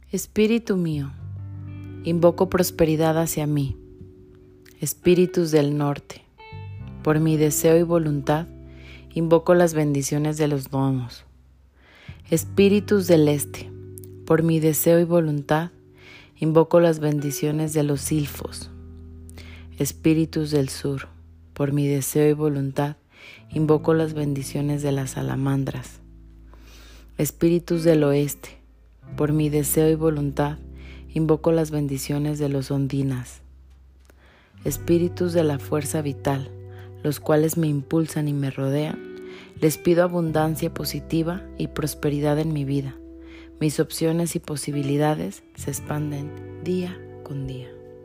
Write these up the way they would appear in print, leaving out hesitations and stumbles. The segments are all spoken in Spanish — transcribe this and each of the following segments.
Espíritu mío, invoco prosperidad hacia mí. Espíritus del norte, por mi deseo y voluntad, invoco las bendiciones de los gnomos. Espíritus del este, por mi deseo y voluntad, invoco las bendiciones de los silfos. Espíritus del sur, por mi deseo y voluntad, invoco las bendiciones de las salamandras. Espíritus del oeste, por mi deseo y voluntad, invoco las bendiciones de los ondinas. Espíritus de la fuerza vital, los cuales me impulsan y me rodean, les pido abundancia positiva y prosperidad en mi vida. Mis opciones y posibilidades se expanden día con día.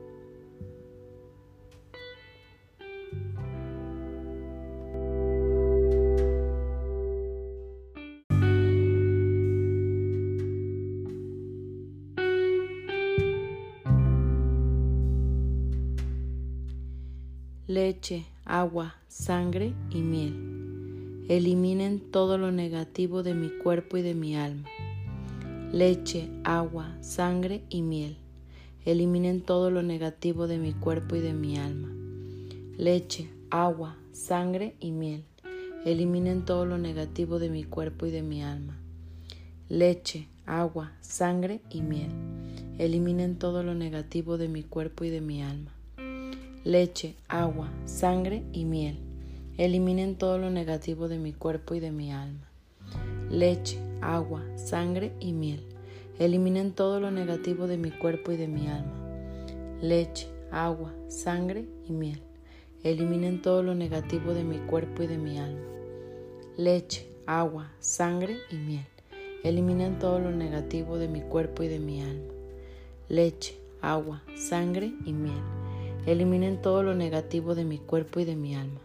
Leche, agua, sangre y miel. Eliminen todo lo negativo de mi cuerpo y de mi alma. Leche, agua, sangre y miel. Eliminen todo lo negativo de mi cuerpo y de mi alma. Leche, agua, sangre y miel. Eliminen todo lo negativo de mi cuerpo y de mi alma. Leche, agua, sangre y miel. Eliminen todo lo negativo de mi cuerpo y de mi alma. Leche, agua, sangre y miel. Eliminen todo lo negativo de mi cuerpo y de mi alma. Leche, agua, sangre y miel. Eliminen todo lo negativo de mi cuerpo y de mi alma. Leche, agua, sangre y miel. Eliminen todo lo negativo de mi cuerpo y de mi alma. Leche, agua, sangre y miel. Eliminen todo lo negativo de mi cuerpo y de mi alma. Leche, agua, sangre y miel. Eliminen todo lo negativo de mi cuerpo y de mi alma.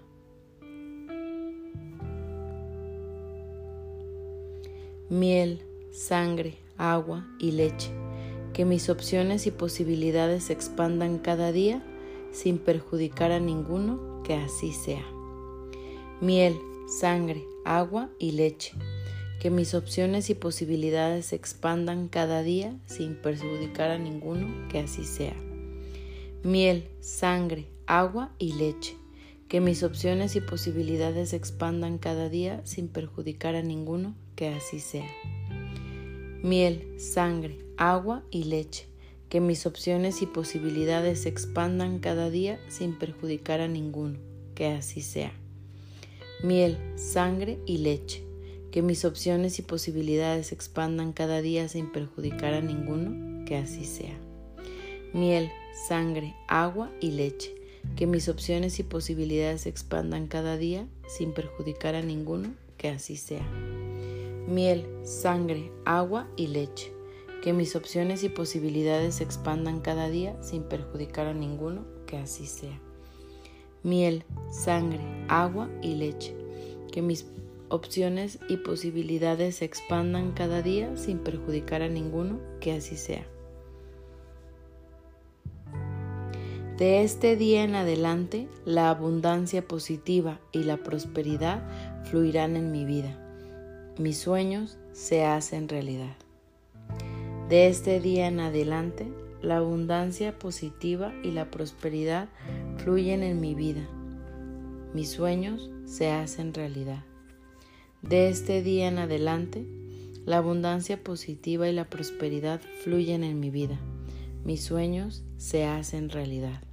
Miel, sangre, agua y leche. Que mis opciones y posibilidades se expandan cada día sin perjudicar a ninguno, que así sea. Miel, sangre, agua y leche. Que mis opciones y posibilidades se expandan cada día sin perjudicar a ninguno, que así sea. Miel, sangre, agua y leche. Que mis opciones y posibilidades se expandan cada día sin perjudicar a ninguno, que así sea. Miel, sangre, agua y leche. Que mis opciones y posibilidades se expandan cada día sin perjudicar a ninguno, que así sea. Miel, sangre y leche. Que mis opciones y posibilidades se expandan cada día sin perjudicar a ninguno, que así sea. Miel, sangre, agua y leche. Que mis opciones y posibilidades se expandan cada día sin perjudicar a ninguno, que así sea. Miel, sangre, agua y leche. Que mis opciones y posibilidades se expandan cada día sin perjudicar a ninguno, que así sea. Miel, sangre, agua y leche. Que mis opciones y posibilidades se expandan cada día sin perjudicar a ninguno, que así sea. De este día en adelante, la abundancia positiva y la prosperidad fluirán en mi vida. Mis sueños se hacen realidad. De este día en adelante, la abundancia positiva y la prosperidad fluyen en mi vida. Mis sueños se hacen realidad. De este día en adelante, la abundancia positiva y la prosperidad fluyen en mi vida. Mis sueños se hacen realidad.